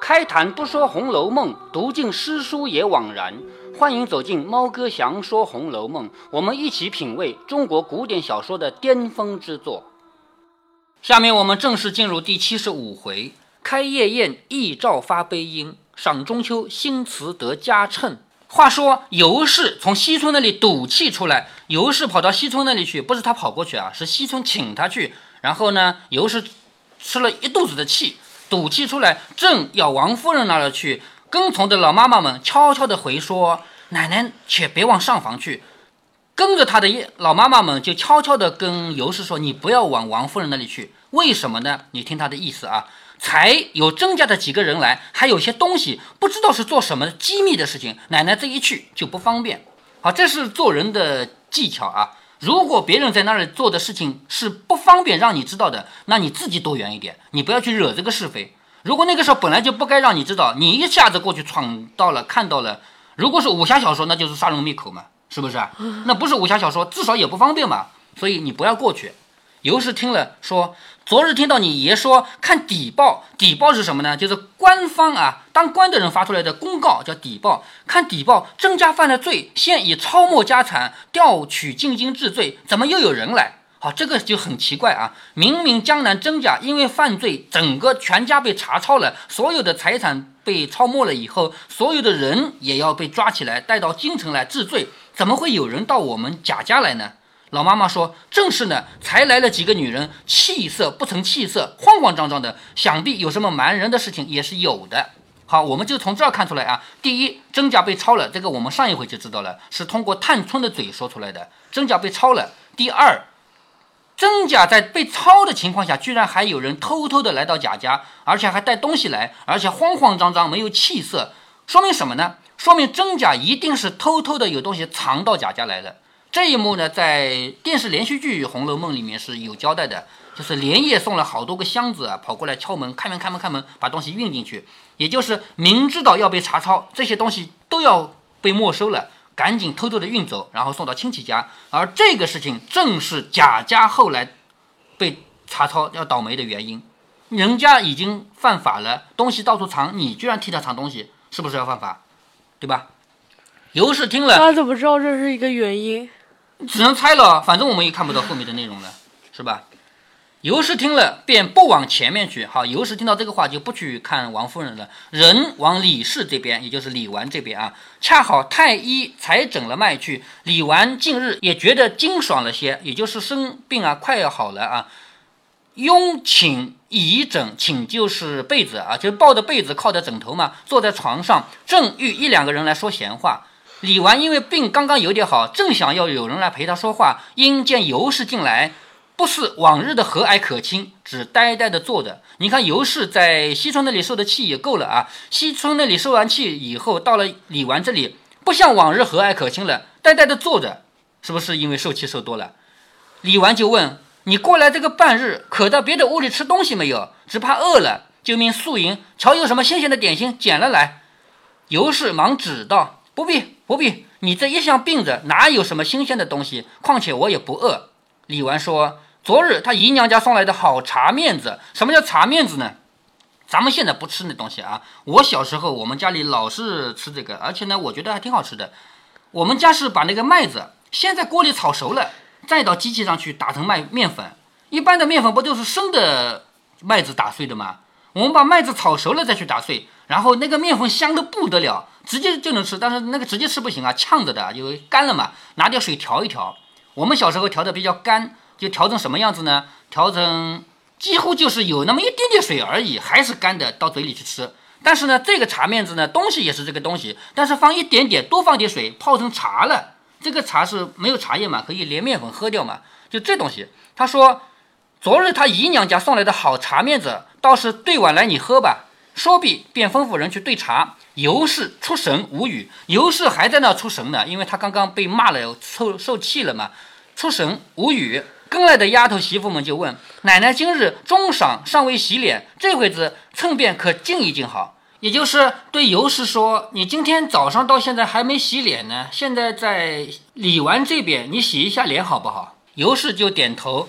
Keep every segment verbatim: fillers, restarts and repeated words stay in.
开坛不说《红楼梦》，读尽诗书也枉然。欢迎走进猫哥祥说《红楼梦》，我们一起品味中国古典小说的巅峰之作。下面我们正式进入第七十五回：开夜宴忆照发悲音，赏中秋新词得佳称。话说尤氏从惜春那里赌气出来，尤氏跑到惜春那里去，不是他跑过去啊，是惜春请他去。然后呢，尤氏吃了一肚子的气，赌气出来，正要王夫人那儿去，跟从的老妈妈们悄悄地回说：“奶奶且别往上房去。”跟着他的老妈妈们就悄悄地跟尤氏说：“你不要往王夫人那里去。”为什么呢？你听他的意思啊。才有甄家的几个人来，还有些东西不知道是做什么机密的事情，奶奶这一去就不方便。好，这是做人的技巧啊。如果别人在那里做的事情是不方便让你知道的，那你自己躲远一点，你不要去惹这个是非。如果那个时候本来就不该让你知道，你一下子过去闯到了看到了，如果是武侠小说那就是杀人灭口嘛，是不是啊？那不是武侠小说至少也不方便嘛，所以你不要过去。尤氏听了说：“昨日听到你爷说看底报，底报是什么呢？就是官方啊，当官的人发出来的公告叫底报。看底报，甄家犯了罪，现以抄没家产，调取进京治罪，怎么又有人来？好，这个就很奇怪啊！明明江南甄家因为犯罪，整个全家被查抄了，所有的财产被抄没了以后，所有的人也要被抓起来，带到京城来治罪，怎么会有人到我们贾家来呢？”老妈妈说：“正是呢，才来了几个女人，气色不成气色，慌慌张张的，想必有什么瞒人的事情也是有的。”好，我们就从这儿看出来啊。第一，甄家被抄了，这个我们上一回就知道了，是通过探春的嘴说出来的，甄家被抄了。第二，甄家在被抄的情况下，居然还有人偷偷的来到贾家，而且还带东西来，而且慌慌张张，没有气色，说明什么呢？说明甄家一定是偷偷的有东西藏到贾家来了。这一幕呢，在电视连续剧《红楼梦》里面是有交代的，就是连夜送了好多个箱子啊，跑过来敲门，开门开门开门，把东西运进去，也就是明知道要被查抄，这些东西都要被没收了，赶紧偷偷的运走，然后送到亲戚家。而这个事情正是贾家后来被查抄要倒霉的原因。人家已经犯法了，东西到处藏，你居然替他藏东西，是不是要犯法？对吧？尤氏听了， 他怎么知道这是一个原因？ 只能猜了，反正我们也看不到后面的内容了，是吧？尤氏听了便不往前面去。好，尤氏听到这个话就不去看王夫人了，人往李氏这边，也就是李纨这边啊。恰好太医才诊了脉去，李纨近日也觉得精爽了些，也就是生病啊快要好了啊。拥请倚枕，请就是被子啊，就是抱着被子靠着枕头嘛，坐在床上，正与一两个人来说闲话。李纨因为病刚刚有点好，正想要有人来陪他说话，因见尤氏进来，不似往日的和蔼可亲，只呆呆的坐着。你看尤氏在惜春那里受的气也够了啊，惜春那里受完气以后，到了李纨这里，不像往日和蔼可亲了，呆呆的坐着，是不是因为受气受多了？李纨就问：“你过来这个半日，可到别的屋里吃东西没有？只怕饿了，就命素银瞧有什么新鲜的点心捡了来。”尤氏忙指道：“不必不必，你这一向病着，哪有什么新鲜的东西？况且我也不饿。”李纨说：“昨日他姨娘家送来的好茶面子。”什么叫茶面子呢？咱们现在不吃那东西啊。我小时候我们家里老是吃这个，而且呢我觉得还挺好吃的。我们家是把那个麦子先在锅里炒熟了，再到机器上去打成麦面粉。一般的面粉不就是生的麦子打碎的吗？我们把麦子炒熟了再去打碎，然后那个面粉香的不得了，直接就能吃。但是那个直接吃不行啊，呛着的，就干了嘛，拿点水调一调。我们小时候调的比较干，就调成什么样子呢？调成几乎就是有那么一点点水而已，还是干的，到嘴里去吃。但是呢，这个茶面子呢，东西也是这个东西，但是放一点点，多放点水，泡成茶了。这个茶是没有茶叶嘛，可以连面粉喝掉嘛，就这东西。他说昨日他姨娘家送来的好茶面子，倒是兑碗来你喝吧。说毕便吩咐人去兑茶。尤氏出神无语，尤氏还在那出神呢，因为他刚刚被骂了，受受气了嘛，出神无语。跟来的丫头媳妇们就问：“奶奶今日中晌尚未洗脸，这会子趁便可静一静好。”也就是对尤氏说：“你今天早上到现在还没洗脸呢，现在在李纨这边，你洗一下脸好不好？”尤氏就点头，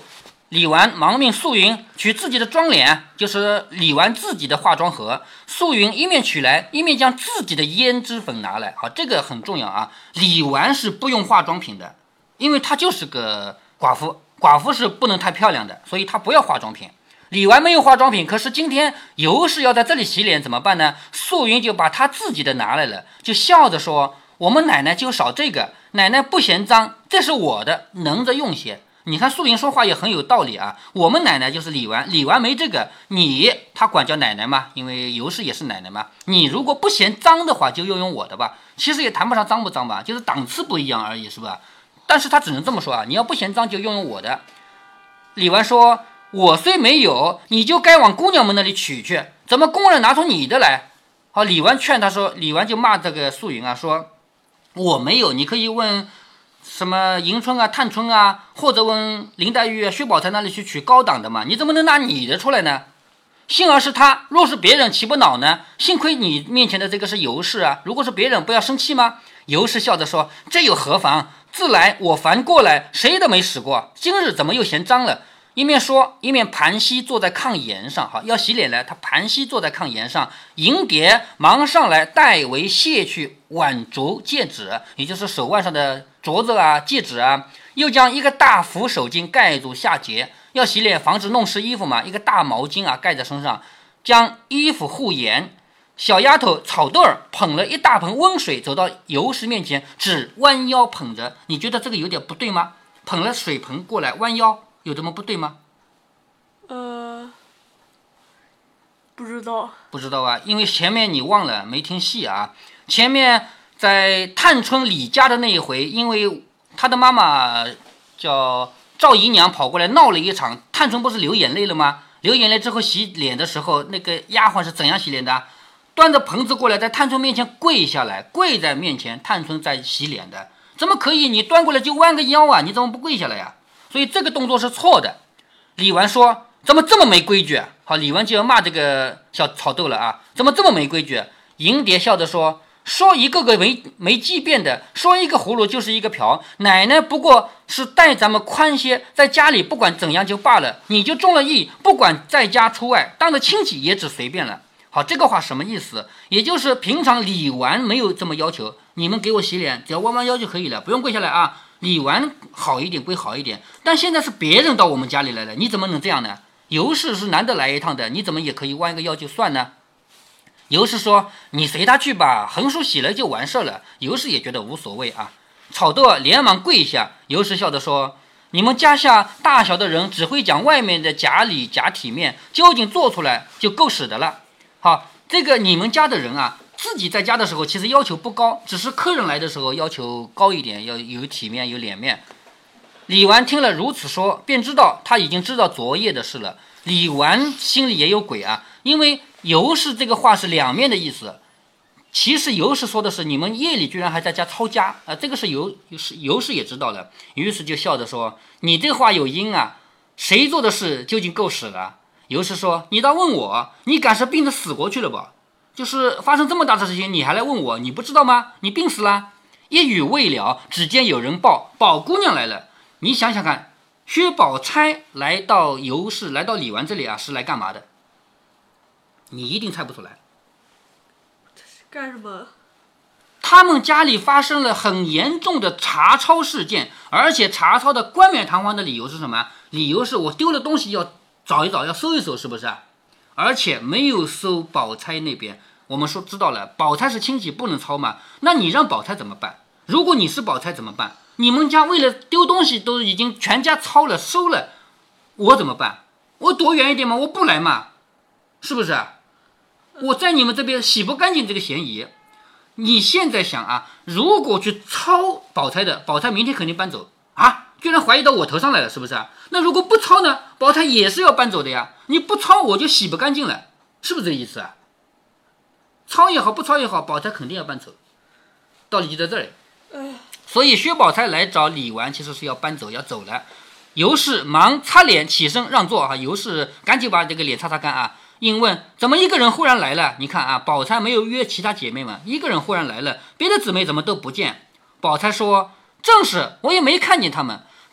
李纨忙命素云取自己的妆脸，就是李纨自己的化妆盒。素云一面取来，一面将自己的胭脂粉拿来。好，这个很重要啊。李纨是不用化妆品的，因为她就是个寡妇，寡妇是不能太漂亮的，所以她不要化妆品。李纨没有化妆品，可是今天尤氏要在这里洗脸怎么办呢？素云就把她自己的拿来了，就笑着说：“我们奶奶就少这个，奶奶不嫌脏，这是我的，能着用些。”你看素云说话也很有道理啊，我们奶奶就是李纨，李纨没这个，你她管叫奶奶嘛，因为尤氏也是奶奶嘛，你如果不嫌脏的话，就用用我的吧，其实也谈不上脏不脏吧，就是档次不一样而已，是吧？但是他只能这么说啊，你要不嫌脏就用用我的。李纨说：“我虽没有，你就该往姑娘们那里取去，怎么工人拿出你的来？”好，李纨劝他说，李纨就骂这个素云啊，说：“我没有，你可以问什么迎春啊、探春啊，或者问林黛玉啊、薛宝钗那里去取高档的嘛，你怎么能拿你的出来呢？幸而是他，若是别人岂不恼呢？幸亏你面前的这个是尤氏啊，如果是别人不要生气吗？”尤氏笑着说：“这又何妨？自来我凡过来，谁都没使过，今日怎么又嫌脏了？”一面说，一面盘膝坐在炕沿上。好，要洗脸来，他盘膝坐在炕沿上。迎蝶忙上来，代为卸去挽镯戒指，也就是手腕上的镯子啊、戒指啊，又将一个大扶手巾盖住下节。要洗脸，防止弄湿衣服嘛，一个大毛巾啊盖在身上，将衣服护严。小丫头草豆儿捧了一大盆温水，走到尤氏面前，只弯腰捧着。你觉得这个有点不对吗？捧了水盆过来弯腰，有这么不对吗？ 呃，不知道， 不知道啊，因为前面你忘了没听戏啊。前面在探春李家的那一回，因为他的妈妈叫赵姨娘跑过来闹了一场，探春不是流眼泪了吗？流眼泪之后洗脸的时候，那个丫鬟是怎样洗脸的？端着盆子过来，在探春面前跪下来，跪在面前，探春在洗脸的，怎么可以？你端过来就弯个腰啊，你怎么不跪下来呀？所以这个动作是错的。李纨说：“怎么这么没规矩？”好，李纨就要骂这个小草豆了啊，怎么这么没规矩？迎蝶笑着说：“说一个个没没机变的，说一个葫芦就是一个瓢，奶奶不过是待咱们宽些，在家里不管怎样就罢了，你就中了意，不管在家出外，当着亲戚也只随便了。”好，这个话什么意思？也就是平常李纨没有这么要求，你们给我洗脸，只要弯弯腰就可以了，不用跪下来啊。李纨好一点归好一点，但现在是别人到我们家里来了，你怎么能这样呢？尤氏是难得来一趟的，你怎么也可以弯个腰就算呢？尤氏说：“你随他去吧，横竖洗了就完事了。”尤氏也觉得无所谓啊。草豆连忙跪下，尤氏笑着说：“你们家下大小的人只会讲外面的假里假体面，究竟做出来就够使的了。好，这个你们家的人啊，自己在家的时候其实要求不高，只是客人来的时候要求高一点，要有体面有脸面。”李纨听了如此说，便知道他已经知道昨夜的事了。李纨心里也有鬼啊，因为尤氏这个话是两面的意思。其实尤氏说的是你们夜里居然还在家抄家啊、呃，这个是尤尤氏也知道了，于是就笑着说：“你这话有因啊，谁做的事究竟够使了？”尤氏说：“你倒问我，你赶是病得死过去了吧？就是发生这么大的事情，你还来问我，你不知道吗？你病死了。”一语未了，只见有人报宝姑娘来了。你想想看，薛宝钗来到尤氏，来到李纨这里啊，是来干嘛的？你一定猜不出来。 干什么？ 他们家里发生了很严重的查抄事件，而且查抄的冠冕堂皇的理由是什么？理由是我丢了东西要找一找，要搜一搜，是不是？而且没有搜宝钗那边。我们说知道了，宝钗是亲戚，不能抄嘛。那你让宝钗怎么办？如果你是宝钗怎么办？你们家为了丢东西都已经全家抄了收了，我怎么办？我躲远一点嘛，我不来嘛，是不是？我在你们这边洗不干净这个嫌疑。你现在想啊，如果去抄宝钗的，宝钗明天肯定搬走啊，居然怀疑到我头上来了，是不是？那如果不抄呢，宝钗也是要搬走的呀。你不抄我就洗不干净了，是不是这个意思啊？抄也好，不抄也好，宝钗肯定要搬走，道理就在这里。所以薛宝钗来找李纨，其实是要搬走，要走了。尤氏忙擦脸起身让座啊，尤氏赶紧把这个脸擦擦干啊。应问怎么一个人忽然来了？你看啊，宝钗没有约其他姐妹们，一个人忽然来了，别的姊妹怎么都不见？宝钗说：“正是，我也没看见他们。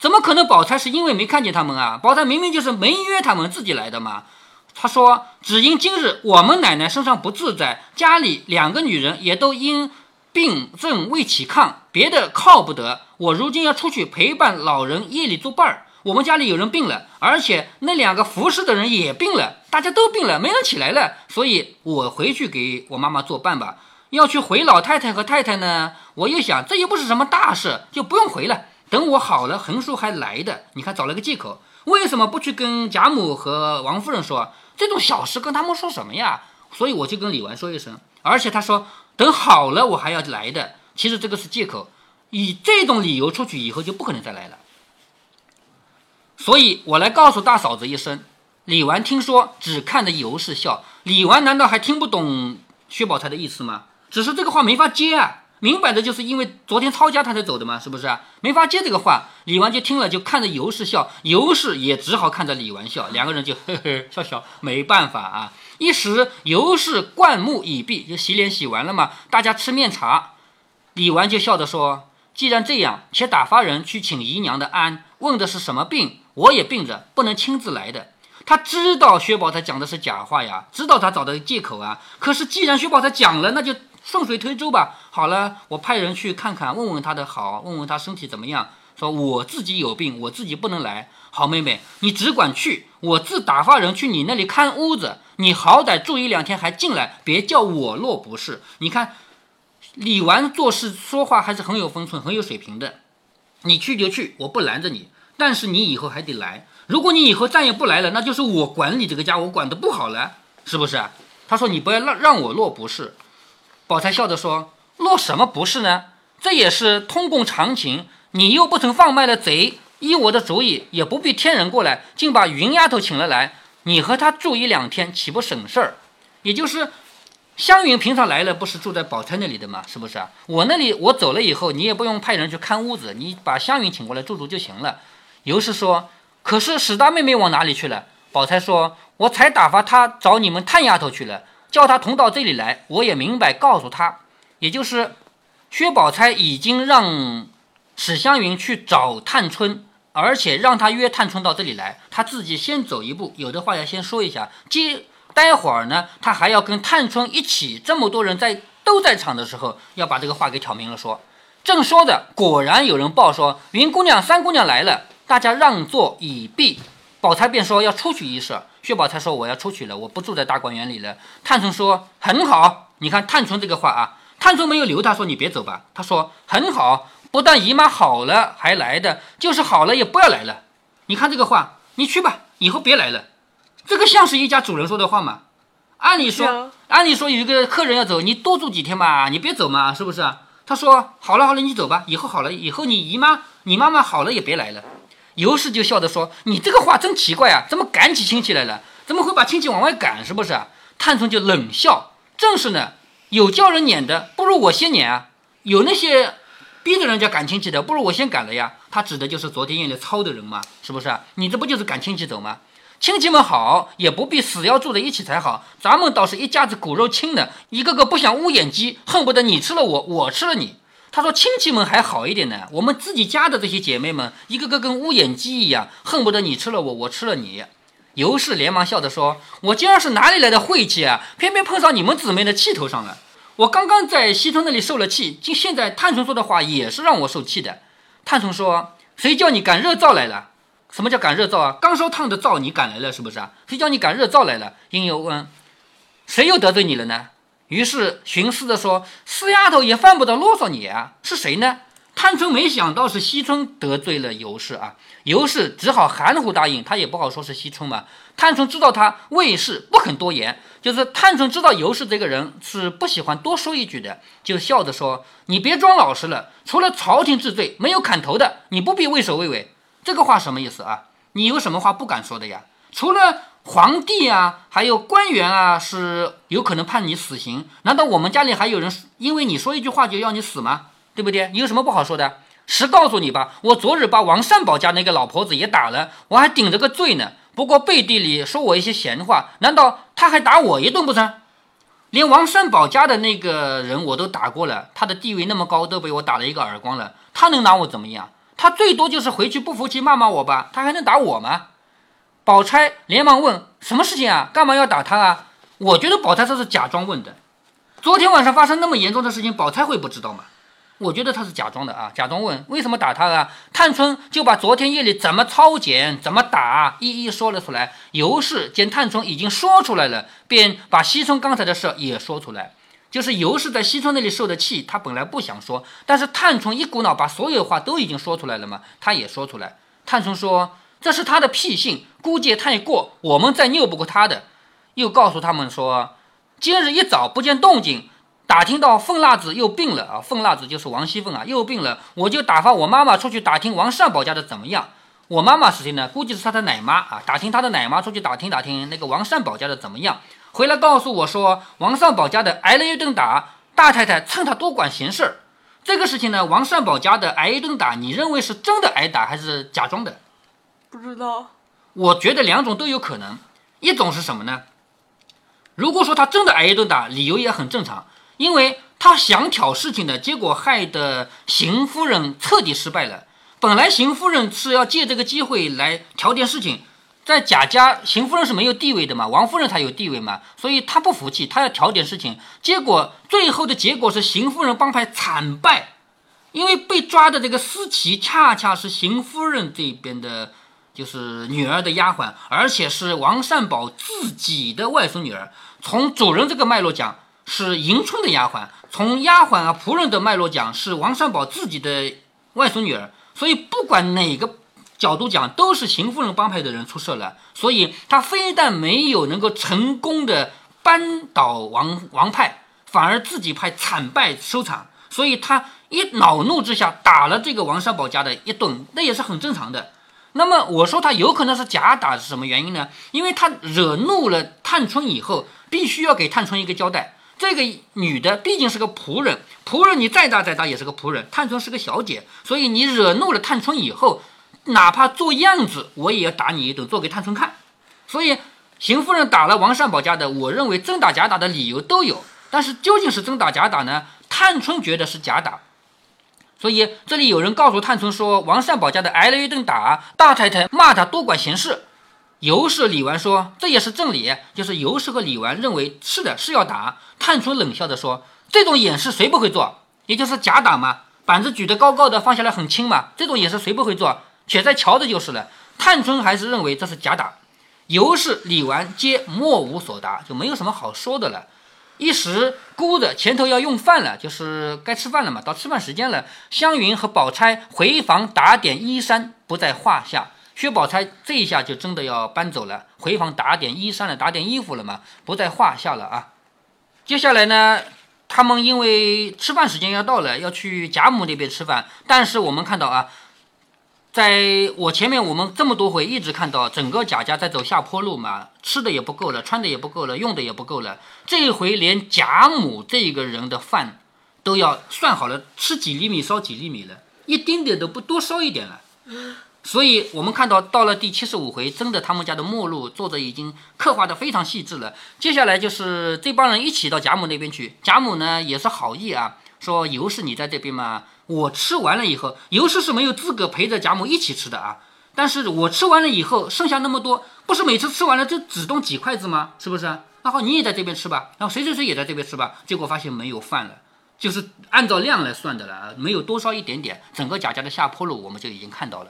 怎么可能宝钗是因为没看见他们啊？宝钗明明就是没约他们自己来的嘛。他说只因今日我们奶奶身上不自在，家里两个女人也都因病症未起炕，别的靠不得，我如今要出去陪伴老人夜里作伴儿。我们家里有人病了，而且那两个服侍的人也病了，大家都病了，没人起来了，所以我回去给我妈妈作伴吧。要去回老太太和太太呢，我又想这又不是什么大事，就不用回了，等我好了横竖还来的。你看找了个借口，为什么不去跟贾母和王夫人说？这种小事跟他们说什么呀？所以我就跟李纨说一声，而且他说等好了我还要来的，其实这个是借口，以这种理由出去以后就不可能再来了。所以我来告诉大嫂子一声，李纨听说只看着尤氏笑，李纨难道还听不懂薛宝钗的意思吗？只是这个话没法接啊，明摆着就是因为昨天抄家他才走的嘛，是不是啊？没法接这个话，李纨就听了就看着尤氏笑，尤氏也只好看着李纨笑，两个人就呵呵笑笑，没办法啊。一时尤氏灌木已毕，就洗脸洗完了嘛，大家吃面茶，李纨就笑着说，既然这样，且打发人去请姨娘的安，问的是什么病，我也病着，不能亲自来的。他知道薛宝钗讲的是假话呀，知道他找的借口啊，可是既然薛宝钗讲了，那就顺水推舟吧。好了，我派人去看看，问问他的好，问问他身体怎么样，说我自己有病，我自己不能来。好妹妹，你只管去，我自打发人去你那里看屋子，你好歹住一两天还进来，别叫我落不是。你看李纨做事说话还是很有分寸，很有水平的。你去就去，我不拦着你，但是你以后还得来。如果你以后再也不来了，那就是我管理这个家，我管得不好了，是不是？他说你不要让让我落不是。宝钗笑着说，落什么不是呢？这也是通共常情，你又不曾放卖了贼，依我的主意也不必添人过来，竟把云丫头请了来，你和她住一两天岂不省事儿？也就是湘云平常来了不是住在宝钗那里的吗？是不是啊？我那里我走了以后，你也不用派人去看屋子，你把湘云请过来住住就行了。尤氏说，可是史大妹妹往哪里去了？宝钗说，我才打发她找你们探丫头去了，叫她同到这里来，我也明白告诉她。也就是薛宝钗已经让史湘云去找探春，而且让她约探春到这里来，她自己先走一步，有的话要先说一下，接待会儿呢，她还要跟探春一起，这么多人在都在场的时候，要把这个话给挑明了说。正说着，果然有人报说云姑娘三姑娘来了，大家让座已毕。宝钗便说要出去一事，薛宝钗说我要出去了，我不住在大观园里了。探春说很好，你看探春这个话啊，探春没有留他说你别走吧，他说很好，不但姨妈好了还来的，就是好了也不要来了。你看这个话，你去吧，以后别来了。这个像是一家主人说的话吗？按理说，按理说有一个客人要走，你多住几天嘛，你别走嘛，是不是啊？他说好了好了，你走吧，以后好了，以后你姨妈你妈妈好了也别来了。尤氏就笑着说，你这个话真奇怪啊，怎么赶起亲戚来了？怎么会把亲戚往外赶，是不是啊？探春就冷笑，正是呢，有叫人撵的，不如我先撵啊，有那些逼着人家赶亲戚的，不如我先赶了呀。他指的就是昨天夜里操的人嘛，是不是啊？你这不就是赶亲戚走吗？亲戚们好，也不必死要住在一起才好，咱们倒是一家子骨肉亲的，一个个不像乌眼鸡，恨不得你吃了我，我吃了你。他说亲戚们还好一点呢，我们自己家的这些姐妹们，一个个跟乌眼鸡一样，恨不得你吃了我，我吃了你。尤氏连忙笑着说，我今儿是哪里来的晦气啊，偏偏碰上你们姊妹的气头上了。我刚刚在西村那里受了气，竟现在探春说的话也是让我受气的。探春说，谁叫你赶热灶来了？什么叫赶热灶啊？刚烧烫的灶你赶来了是不是啊？谁叫你赶热灶来了？应又问，谁又得罪你了呢？于是寻思着说，四丫头也犯不得啰嗦你啊，是谁呢？探春没想到是惜春得罪了尤氏啊，尤氏只好含糊答应，他也不好说是惜春嘛。探春知道他为事不肯多言，就是探春知道尤氏这个人是不喜欢多说一句的，就笑着说，你别装老实了，除了朝廷治罪没有砍头的，你不必畏首畏尾。这个话什么意思啊？你有什么话不敢说的呀？除了皇帝啊还有官员啊是有可能判你死刑，难道我们家里还有人因为你说一句话就要你死吗？对不对？你有什么不好说的？实告诉你吧，我昨日把王善保家那个老婆子也打了，我还顶着个罪呢，不过背地里说我一些闲话，难道他还打我一顿不成？连王善保家的那个人我都打过了，他的地位那么高，都被我打了一个耳光了，他能拿我怎么样？ 他最多就是回去不服气骂骂我吧，他还能打我吗？宝钗连忙问什么事情啊，干嘛要打他啊？我觉得宝钗这是假装问的，昨天晚上发生那么严重的事情，宝钗会不知道吗？我觉得他是假装的啊，假装问为什么打他啊？探春就把昨天夜里怎么操剪怎么打一一说了出来。尤氏见探春已经说出来了，便把惜春刚才的事也说出来。就是尤氏在惜春那里受的气，他本来不想说，但是探春一股脑把所有话都已经说出来了嘛，他也说出来。探春说这是他的癖性，估计太过，我们再拗不过他的。又告诉他们说今日一早不见动静，打听到凤辣子又病了啊，凤辣子就是王熙凤啊，又病了，我就打发我妈妈出去打听王善保家的怎么样。我妈妈是谁呢？估计是她的奶妈啊，打听她的奶妈出去打听打听那个王善保家的怎么样，回来告诉我说王善保家的挨了一顿打，大太太趁他多管闲事。这个事情呢，王善保家的挨一顿打，你认为是真的挨打还是假装的？ 不知道。 我觉得两种都有可能。一种是什么呢？如果说他真的挨一顿打，理由也很正常，因为他想挑事情的，结果害得邢夫人彻底失败了。本来邢夫人是要借这个机会来挑点事情，在贾家邢夫人是没有地位的嘛，王夫人才有地位嘛，所以她不服气，她要挑点事情。结果最后的结果是邢夫人帮派惨败，因为被抓的这个思琪恰恰是邢夫人这边的就是女儿的丫鬟，而且是王善保自己的外孙女儿。从主人这个脉络讲是迎春的丫鬟，从丫鬟啊仆人的脉络讲是王善保自己的外孙女儿，所以不管哪个角度讲都是邢夫人帮派的人出事了，所以他非但没有能够成功的扳倒王王派，反而自己派惨败收场，所以他一恼怒之下打了这个王善保家的一顿，那也是很正常的。那么我说他有可能是假打是什么原因呢？因为他惹怒了探春以后，必须要给探春一个交代。这个女的毕竟是个仆人，仆人你再大再大也是个仆人，探春是个小姐，所以你惹怒了探春以后，哪怕做样子我也要打你一顿，做给探春看。所以邢夫人打了王善保家的，我认为真打假打的理由都有，但是究竟是真打假打呢？探春觉得是假打。所以这里有人告诉探春说王善保家的挨了一顿打，大太太骂他多管闲事。尤氏李纨说这也是正理，就是尤氏和李纨认为是的，是要打。探春冷笑着说这种演示谁不会做，也就是假打嘛，板子举得高高的放下来很轻嘛，这种演示谁不会做，且在瞧着就是了。探春还是认为这是假打。尤氏李纨皆莫无所答，就没有什么好说的了。一时估着前头要用饭了，就是该吃饭了嘛，到吃饭时间了。湘云和宝钗回房打点衣衫，不在话下。薛宝钗这一下就真的要搬走了，回房打点衣衫了，打点衣服了嘛，不在话下了啊。接下来呢，他们因为吃饭时间要到了，要去贾母那边吃饭，但是我们看到啊，在我前面我们这么多回一直看到整个贾家在走下坡路嘛，吃的也不够了，穿的也不够了，用的也不够了。这一回连贾母这个人的饭都要算好了，吃几厘米烧几厘米了，一丁点都不多烧一点了。所以我们看到到了第七十五回，真的他们家的末路作者已经刻画的非常细致了。接下来就是这帮人一起到贾母那边去，贾母呢也是好意啊，说尤氏你在这边嘛，我吃完了以后，尤氏是没有资格陪着贾母一起吃的啊，但是我吃完了以后剩下那么多，不是每次吃完了就只动几筷子吗？是不是？然后你也在这边吃吧，然后谁谁谁也在这边吃吧，结果发现没有饭了，就是按照量来算的了，没有多烧一点点，整个贾家的下坡路我们就已经看到了。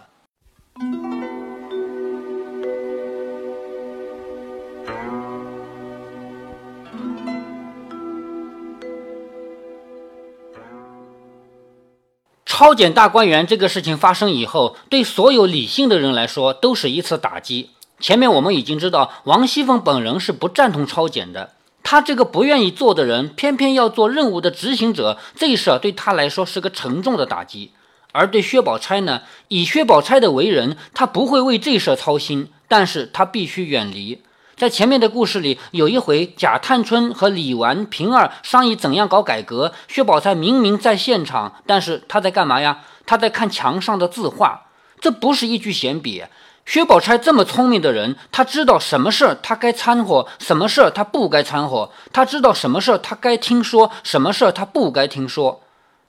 抄检大观园这个事情发生以后，对所有理性的人来说都是一次打击。前面我们已经知道王熙凤本人是不赞同抄检的，他这个不愿意做的人偏偏要做任务的执行者，这事对他来说是个沉重的打击。而对薛宝钗呢，以薛宝钗的为人，他不会为这事操心，但是他必须远离。在前面的故事里，有一回贾探春和李纨、平儿商议怎样搞改革，薛宝钗明明在现场，但是她在干嘛呀？她在看墙上的字画。这不是一句闲笔。薛宝钗这么聪明的人，她知道什么事她该掺和，什么事她不该掺和，她知道什么事她该听说，什么事她不该听说。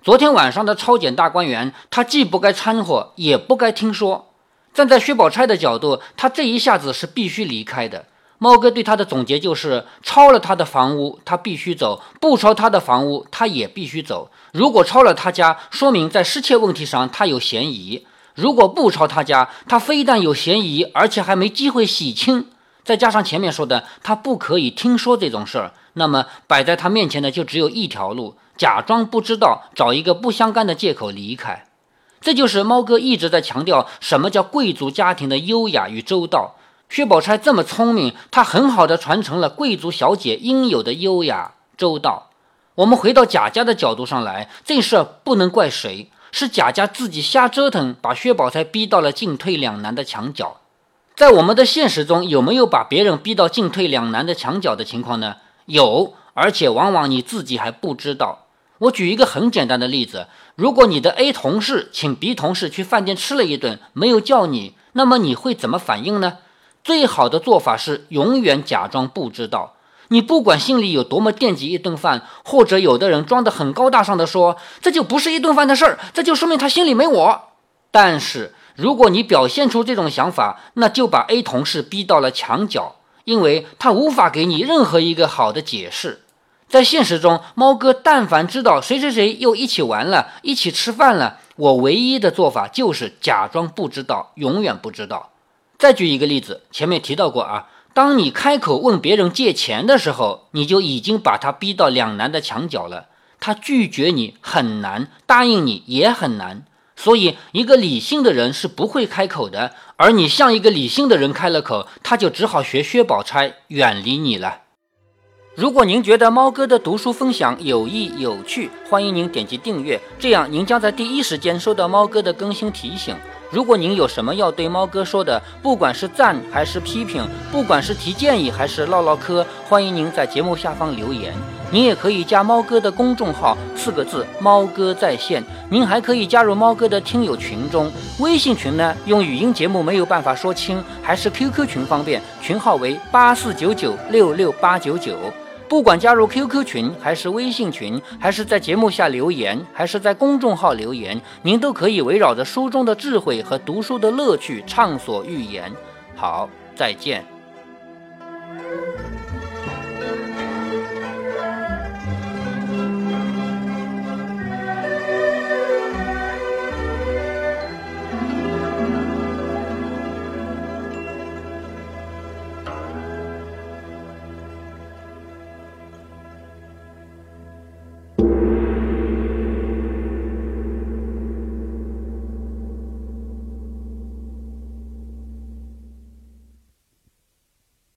昨天晚上的超检大观园，他既不该掺和，也不该听说。站在薛宝钗的角度，他这一下子是必须离开的。猫哥对他的总结就是：抄了他的房屋，他必须走；不抄他的房屋，他也必须走。如果抄了他家，说明在失窃问题上他有嫌疑；如果不抄他家，他非但有嫌疑，而且还没机会洗清。再加上前面说的，他不可以听说这种事儿，那么摆在他面前的就只有一条路：假装不知道，找一个不相干的借口离开。这就是猫哥一直在强调什么叫贵族家庭的优雅与周到。薛宝钗这么聪明，她很好的传承了贵族小姐应有的优雅周到。我们回到贾家的角度上来，这事儿不能怪谁，是贾家自己瞎折腾，把薛宝钗逼到了进退两难的墙角。在我们的现实中，有没有把别人逼到进退两难的墙角的情况呢？有，而且往往你自己还不知道。我举一个很简单的例子，如果你的 A 同事请 B 同事去饭店吃了一顿，没有叫你，那么你会怎么反应呢？最好的做法是永远假装不知道。你不管心里有多么惦记一顿饭，或者有的人装得很高大上的说，这就不是一顿饭的事儿，这就说明他心里没我。但是如果你表现出这种想法，那就把 A 同事逼到了墙角，因为他无法给你任何一个好的解释。在现实中，猫哥但凡知道谁谁谁又一起玩了，一起吃饭了，我唯一的做法就是假装不知道，永远不知道。再举一个例子，前面提到过啊，当你开口问别人借钱的时候，你就已经把他逼到两难的墙角了。他拒绝你很难，答应你也很难。所以一个理性的人是不会开口的，而你像一个理性的人开了口，他就只好学薛宝钗，远离你了。如果您觉得猫哥的读书分享有益有趣，欢迎您点击订阅，这样您将在第一时间收到猫哥的更新提醒。如果您有什么要对猫哥说的，不管是赞还是批评，不管是提建议还是唠唠嗑，欢迎您在节目下方留言。您也可以加猫哥的公众号，四个字猫哥在线。您还可以加入猫哥的听友群中，微信群呢用语音节目没有办法说清，还是 Q Q 群方便，群号为八四九九六六八九九。不管加入 Q Q 群还是微信群，还是在节目下留言，还是在公众号留言，您都可以围绕着书中的智慧和读书的乐趣畅所欲言。好，再见。